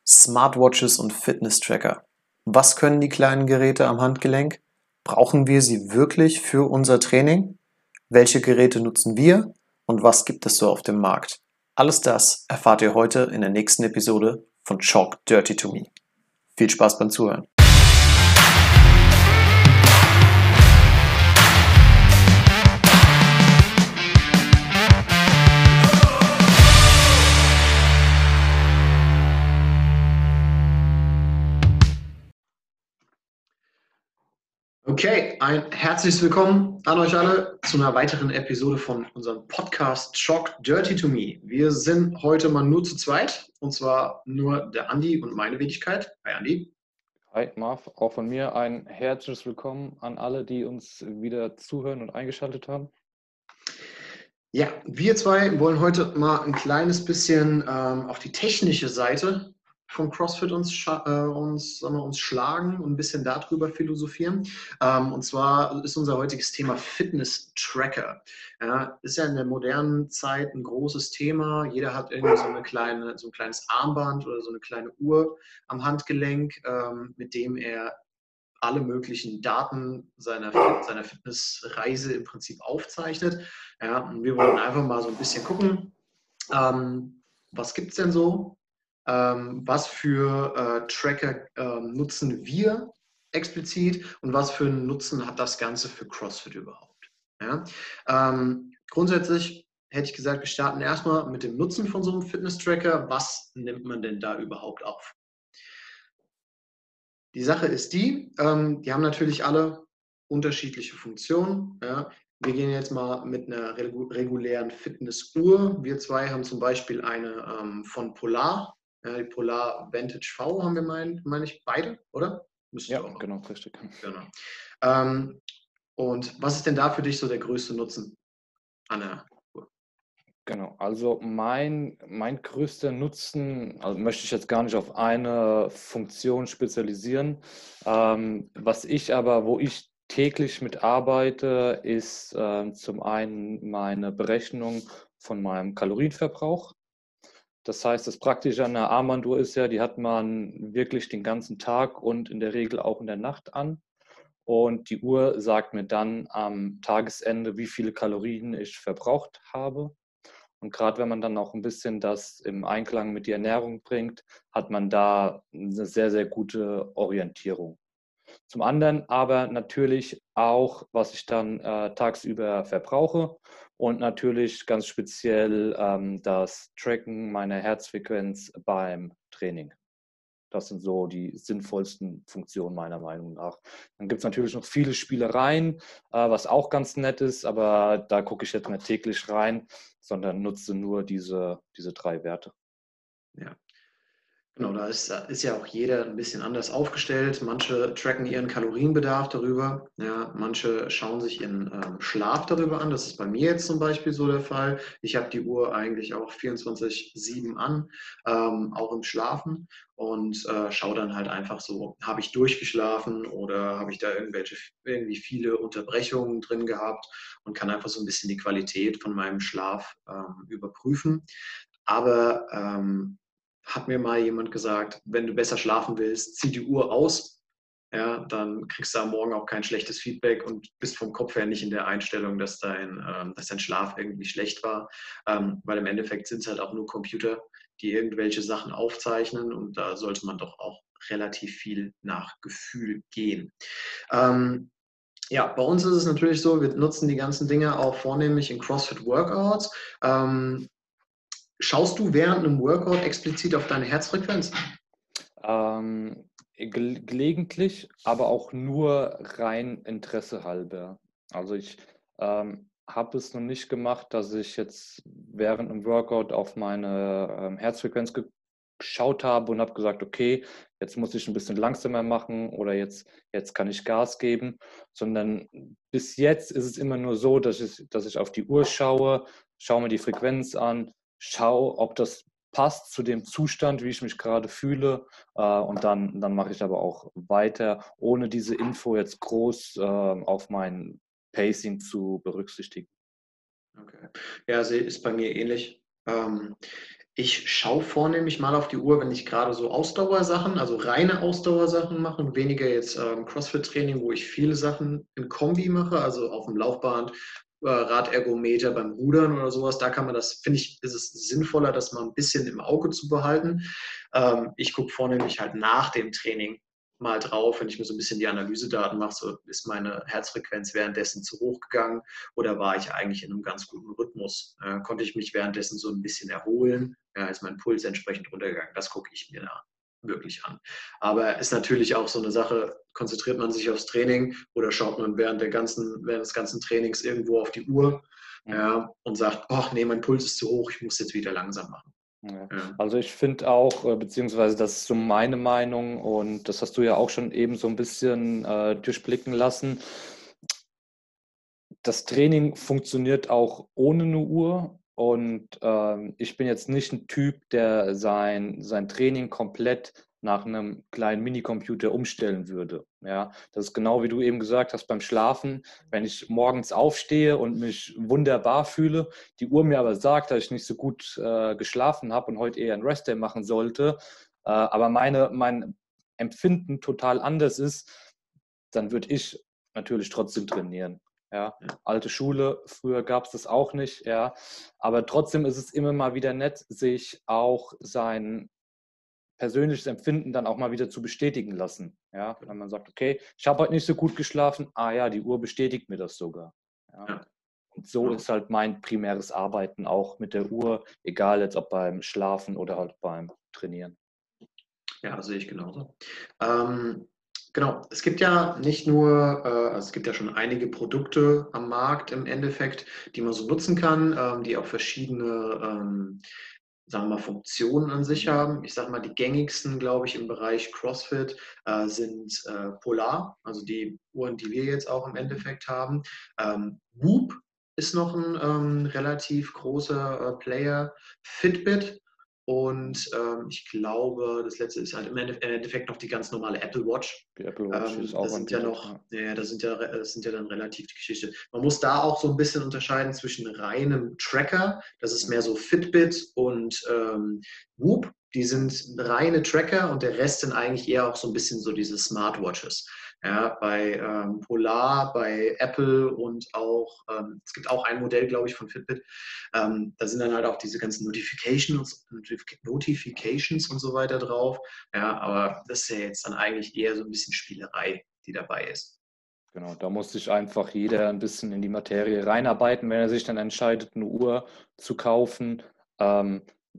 Smartwatches und Fitness-Tracker. Was können die kleinen Geräte am Handgelenk? Brauchen wir sie wirklich für unser Training? Welche Geräte nutzen wir und was gibt es so auf dem Markt? Alles das erfahrt ihr heute in der nächsten Episode von Chalk Dirty to Me. Viel Spaß beim Zuhören. Okay, ein herzliches Willkommen an euch alle zu einer weiteren Episode von unserem Podcast Chalk Dirty to Me. Wir sind heute mal nur zu zweit, und zwar nur der Andi und meine Wenigkeit. Hi Andi. Hi Marv, auch von mir ein herzliches Willkommen an alle, die uns wieder zuhören und eingeschaltet haben. Ja, wir zwei wollen heute mal ein kleines bisschen auf die technische Seite von CrossFit uns schlagen und ein bisschen darüber philosophieren. Und zwar ist unser heutiges Thema Fitness-Tracker. Ja, ist ja in der modernen Zeit ein großes Thema. Jeder hat irgendwie so ein kleines Armband oder so eine kleine Uhr am Handgelenk, mit dem er alle möglichen Daten seiner Fitnessreise im Prinzip aufzeichnet. Ja, und wir wollen einfach mal so ein bisschen gucken, was gibt es denn so? Was für Tracker nutzen wir explizit und was für einen Nutzen hat das Ganze für CrossFit überhaupt? Ja? Grundsätzlich hätte ich gesagt, wir starten erstmal mit dem Nutzen von so einem Fitness-Tracker. Was nimmt man denn da überhaupt auf? Die Sache ist die haben natürlich alle unterschiedliche Funktionen. Ja. Wir gehen jetzt mal mit einer regulären Fitnessuhr. Wir zwei haben zum Beispiel eine von Polar, die Polar Vantage V haben wir, meine ich, beide, oder? Ja, genau, richtig. Genau. Und was ist denn da für dich so der größte Nutzen an der Uhr? Genau, also mein größter Nutzen, also möchte ich jetzt gar nicht auf eine Funktion spezialisieren. Wo ich täglich mit arbeite, ist zum einen meine Berechnung von meinem Kalorienverbrauch. Das heißt, das Praktische an der Armbanduhr ist ja, die hat man wirklich den ganzen Tag und in der Regel auch in der Nacht an. Und die Uhr sagt mir dann am Tagesende, wie viele Kalorien ich verbraucht habe. Und gerade wenn man dann auch ein bisschen das im Einklang mit der Ernährung bringt, hat man da eine sehr, sehr gute Orientierung. Zum anderen aber natürlich auch, was ich dann tagsüber verbrauche und natürlich ganz speziell das Tracken meiner Herzfrequenz beim Training. Das sind so die sinnvollsten Funktionen meiner Meinung nach. Dann gibt es natürlich noch viele Spielereien, was auch ganz nett ist, aber da gucke ich jetzt nicht täglich rein, sondern nutze nur diese 3 Werte. Ja. Genau, da ist ja auch jeder ein bisschen anders aufgestellt. Manche tracken ihren Kalorienbedarf darüber. Ja, manche schauen sich ihren Schlaf darüber an. Das ist bei mir jetzt zum Beispiel so der Fall. Ich habe die Uhr eigentlich auch 24/7 an, auch im Schlafen und schaue dann halt einfach so, habe ich durchgeschlafen oder habe ich da irgendwie viele Unterbrechungen drin gehabt und kann einfach so ein bisschen die Qualität von meinem Schlaf überprüfen. Aber hat mir mal jemand gesagt, wenn du besser schlafen willst, zieh die Uhr aus. Ja, dann kriegst du am Morgen auch kein schlechtes Feedback und bist vom Kopf her nicht in der Einstellung, dass dein Schlaf irgendwie schlecht war. Weil im Endeffekt sind es halt auch nur Computer, die irgendwelche Sachen aufzeichnen und da sollte man doch auch relativ viel nach Gefühl gehen. Ja, bei uns ist es natürlich so, wir nutzen die ganzen Dinge auch vornehmlich in CrossFit Workouts. Schaust du während einem Workout explizit auf deine Herzfrequenz? Gelegentlich, aber auch nur rein Interesse halber. Also ich habe es noch nicht gemacht, dass ich jetzt während einem Workout auf meine Herzfrequenz geschaut habe und habe gesagt, okay, jetzt muss ich ein bisschen langsamer machen oder jetzt kann ich Gas geben, sondern bis jetzt ist es immer nur so, dass ich auf die Uhr schaue mir die Frequenz an, schaue, ob das passt zu dem Zustand, wie ich mich gerade fühle, und dann mache ich aber auch weiter, ohne diese Info jetzt groß auf mein Pacing zu berücksichtigen. Okay. Ja, ist bei mir ähnlich. Ich schaue vornehmlich mal auf die Uhr, wenn ich gerade so Ausdauersachen, also reine Ausdauersachen mache und weniger jetzt CrossFit-Training, wo ich viele Sachen in Kombi mache, also auf dem Laufband, Radergometer beim Rudern oder sowas. Da kann man das, finde ich, ist es sinnvoller, das mal ein bisschen im Auge zu behalten. Ich gucke vornehmlich halt nach dem Training mal drauf, wenn ich mir so ein bisschen die Analysedaten mache, so ist meine Herzfrequenz währenddessen zu hoch gegangen oder war ich eigentlich in einem ganz guten Rhythmus? Konnte ich mich währenddessen so ein bisschen erholen? Ja, ist mein Puls entsprechend runtergegangen? Das gucke ich mir da wirklich an. Aber ist natürlich auch so eine Sache, konzentriert man sich aufs Training oder schaut man während des ganzen Trainings irgendwo auf die Uhr, ja, und sagt, ach nee, mein Puls ist zu hoch, ich muss jetzt wieder langsam machen. Ja. Ja. Also ich finde auch, beziehungsweise das ist so meine Meinung und das hast du ja auch schon eben so ein bisschen durchblicken lassen. Das Training funktioniert auch ohne eine Uhr und ich bin jetzt nicht ein Typ, der sein Training komplett nach einem kleinen Minicomputer umstellen würde. Ja, das ist genau wie du eben gesagt hast beim Schlafen. Wenn ich morgens aufstehe und mich wunderbar fühle, die Uhr mir aber sagt, dass ich nicht so gut geschlafen habe und heute eher einen Rest-Day machen sollte, aber mein Empfinden total anders ist, dann würde ich natürlich trotzdem trainieren. Ja, alte Schule, früher gab es das auch nicht, ja. Aber trotzdem ist es immer mal wieder nett, sich auch sein persönliches Empfinden dann auch mal wieder zu bestätigen lassen. Ja, wenn man sagt, okay, ich habe heute nicht so gut geschlafen, ah ja, die Uhr bestätigt mir das sogar. Ja. Ja. Und so ist halt mein primäres Arbeiten auch mit der Uhr, egal jetzt ob beim Schlafen oder halt beim Trainieren. Ja, sehe ich genauso. Genau, es gibt ja nicht nur, also es gibt ja schon einige Produkte am Markt im Endeffekt, die man so nutzen kann, die auch verschiedene, sagen wir mal, Funktionen an sich haben. Ich sage mal, die gängigsten, glaube ich, im Bereich CrossFit sind Polar, also die Uhren, die wir jetzt auch im Endeffekt haben. Whoop ist noch ein relativ großer Player. Fitbit. Und ich glaube, das letzte ist halt im Endeffekt noch die ganz normale Apple Watch. Die Apple Watch ist auch Das sind ja anbietet. noch, ja, das sind ja dann relativ die Geschichte. Man muss da auch so ein bisschen unterscheiden zwischen reinem Tracker, das ist mehr so Fitbit und Whoop. Die sind reine Tracker und der Rest sind eigentlich eher auch so ein bisschen so diese Smartwatches. Ja, bei Polar, bei Apple und auch, es gibt auch ein Modell, glaube ich, von Fitbit. Da sind dann halt auch diese ganzen Notifications und so weiter drauf. Ja, aber das ist ja jetzt dann eigentlich eher so ein bisschen Spielerei, die dabei ist. Genau, da muss sich einfach jeder ein bisschen in die Materie reinarbeiten, wenn er sich dann entscheidet, eine Uhr zu kaufen. Ähm,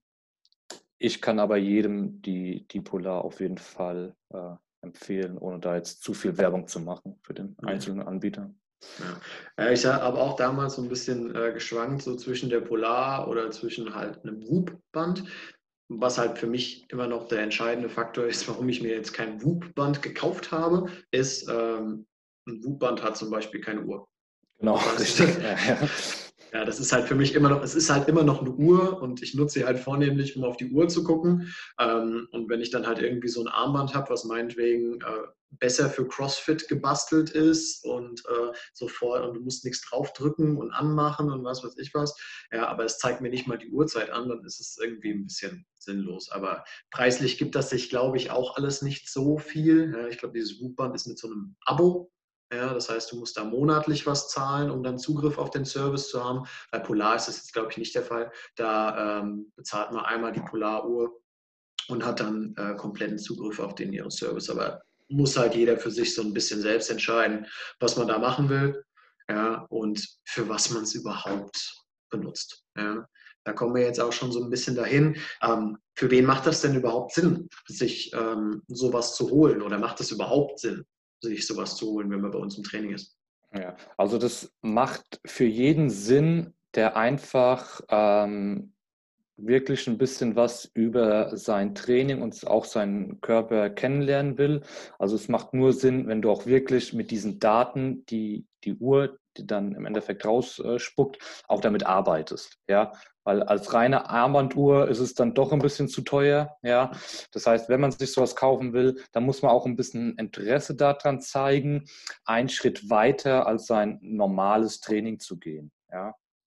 Ich kann aber jedem die Polar auf jeden Fall empfehlen, ohne da jetzt zu viel Werbung zu machen für den einzelnen Anbieter. Ja. Ich habe auch damals so ein bisschen geschwankt, so zwischen der Polar oder zwischen halt einem Whoop-Band, was halt für mich immer noch der entscheidende Faktor ist, warum ich mir jetzt kein Whoop-Band gekauft habe, ist, ein Whoop-Band hat zum Beispiel keine Uhr. Genau, Das richtig. heißt, ja, das ist halt für mich immer noch, es ist halt immer noch eine Uhr und ich nutze sie halt vornehmlich, um auf die Uhr zu gucken. Und wenn ich dann halt irgendwie so ein Armband habe, was meinetwegen besser für CrossFit gebastelt ist und sofort und du musst nichts draufdrücken und anmachen und was weiß ich was, ja, aber es zeigt mir nicht mal die Uhrzeit an, dann ist es irgendwie ein bisschen sinnlos. Aber preislich gibt das sich, glaube ich, auch alles nicht so viel. Ja, ich glaube, dieses Whoop-Band ist mit so einem Abo. Ja, das heißt, du musst da monatlich was zahlen, um dann Zugriff auf den Service zu haben. Bei Polar ist das jetzt, glaube ich, nicht der Fall. Da bezahlt man einmal die Polaruhr und hat dann kompletten Zugriff auf den ihren Service. Aber muss halt jeder für sich so ein bisschen selbst entscheiden, was man da machen will, ja, und für was man es überhaupt benutzt. Ja. Da kommen wir jetzt auch schon so ein bisschen dahin. Für wen macht das denn überhaupt Sinn, sich sowas zu holen? Oder macht es überhaupt Sinn, sich sowas zu holen, wenn man bei uns im Training ist? Ja, also das macht für jeden Sinn, der einfach wirklich ein bisschen was über sein Training und auch seinen Körper kennenlernen will. Also es macht nur Sinn, wenn du auch wirklich mit diesen Daten, die Uhr, die dann im Endeffekt rausspuckt, auch damit arbeitest. Ja, weil als reine Armbanduhr ist es dann doch ein bisschen zu teuer. Ja, das heißt, wenn man sich sowas kaufen will, dann muss man auch ein bisschen Interesse daran zeigen, einen Schritt weiter als sein normales Training zu gehen. Ja.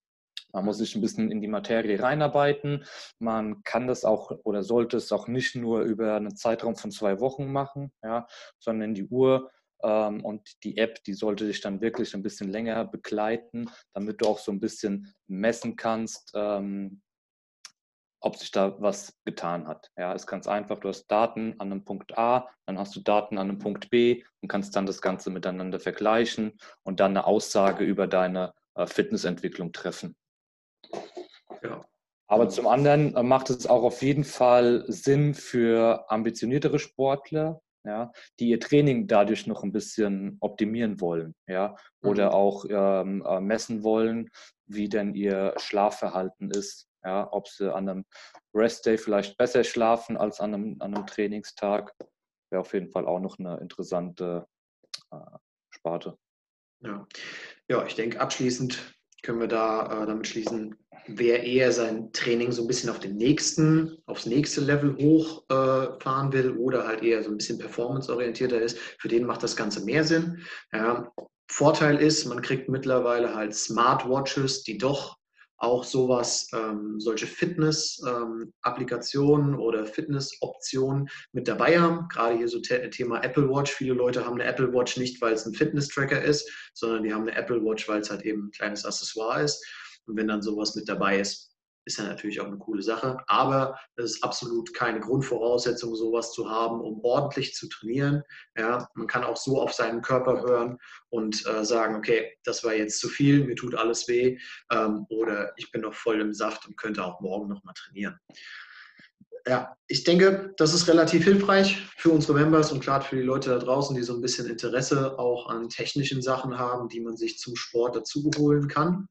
Man muss sich ein bisschen in die Materie reinarbeiten. Man kann das auch oder sollte es auch nicht nur über einen Zeitraum von 2 Wochen machen, ja, sondern die Uhr und die App, die sollte dich dann wirklich ein bisschen länger begleiten, damit du auch so ein bisschen messen kannst, ob sich da was getan hat. Ja, ist ganz einfach. Du hast Daten an einem Punkt A, dann hast du Daten an einem Punkt B und kannst dann das Ganze miteinander vergleichen und dann eine Aussage über deine Fitnessentwicklung treffen. Ja. Aber zum anderen macht es auch auf jeden Fall Sinn für ambitioniertere Sportler, ja, die ihr Training dadurch noch ein bisschen optimieren wollen, ja, oder auch messen wollen, wie denn ihr Schlafverhalten ist, ja, ob sie an einem Restday vielleicht besser schlafen als an einem Trainingstag, wäre auf jeden Fall auch noch eine interessante Sparte. Ja. Ja, ich denke, abschließend können wir da damit schließen, wer eher sein Training so ein bisschen aufs nächste Level hochfahren will oder halt eher so ein bisschen performanceorientierter ist, für den macht das Ganze mehr Sinn. Ja, Vorteil ist, man kriegt mittlerweile halt Smartwatches, die doch auch sowas, solche Fitness-Applikationen oder Fitness-Optionen mit dabei haben. Gerade hier so Thema Apple Watch. Viele Leute haben eine Apple Watch nicht, weil es ein Fitness-Tracker ist, sondern die haben eine Apple Watch, weil es halt eben ein kleines Accessoire ist. Und wenn dann sowas mit dabei ist, ist ja natürlich auch eine coole Sache. Aber es ist absolut keine Grundvoraussetzung, sowas zu haben, um ordentlich zu trainieren. Ja, man kann auch so auf seinen Körper hören und sagen, okay, das war jetzt zu viel, mir tut alles weh oder ich bin noch voll im Saft und könnte auch morgen noch mal trainieren. Ja, ich denke, das ist relativ hilfreich für unsere Members und gerade für die Leute da draußen, die so ein bisschen Interesse auch an technischen Sachen haben, die man sich zum Sport dazu holen kann.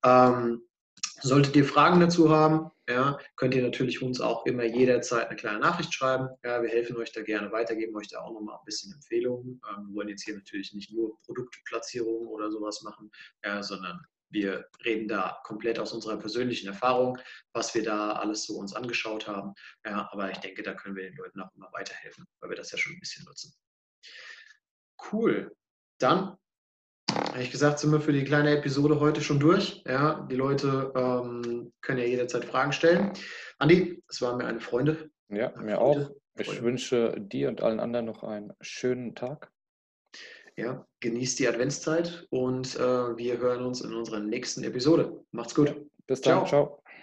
Solltet ihr Fragen dazu haben, ja, könnt ihr natürlich uns auch immer jederzeit eine kleine Nachricht schreiben. Ja, wir helfen euch da gerne weiter, geben euch da auch nochmal ein bisschen Empfehlungen. Wir wollen jetzt hier natürlich nicht nur Produktplatzierungen oder sowas machen, ja, sondern wir reden da komplett aus unserer persönlichen Erfahrung, was wir da alles so uns angeschaut haben. Ja, aber ich denke, da können wir den Leuten auch immer weiterhelfen, weil wir das ja schon ein bisschen nutzen. Cool. Dann ehrlich gesagt, sind wir für die kleine Episode heute schon durch. Ja, die Leute können ja jederzeit Fragen stellen. Andi, es war mir eine Freude. Ja, mir auch. Ich wünsche dir und allen anderen noch einen schönen Tag. Ja, genießt die Adventszeit und wir hören uns in unserer nächsten Episode. Macht's gut. Ja, bis dann. Ciao.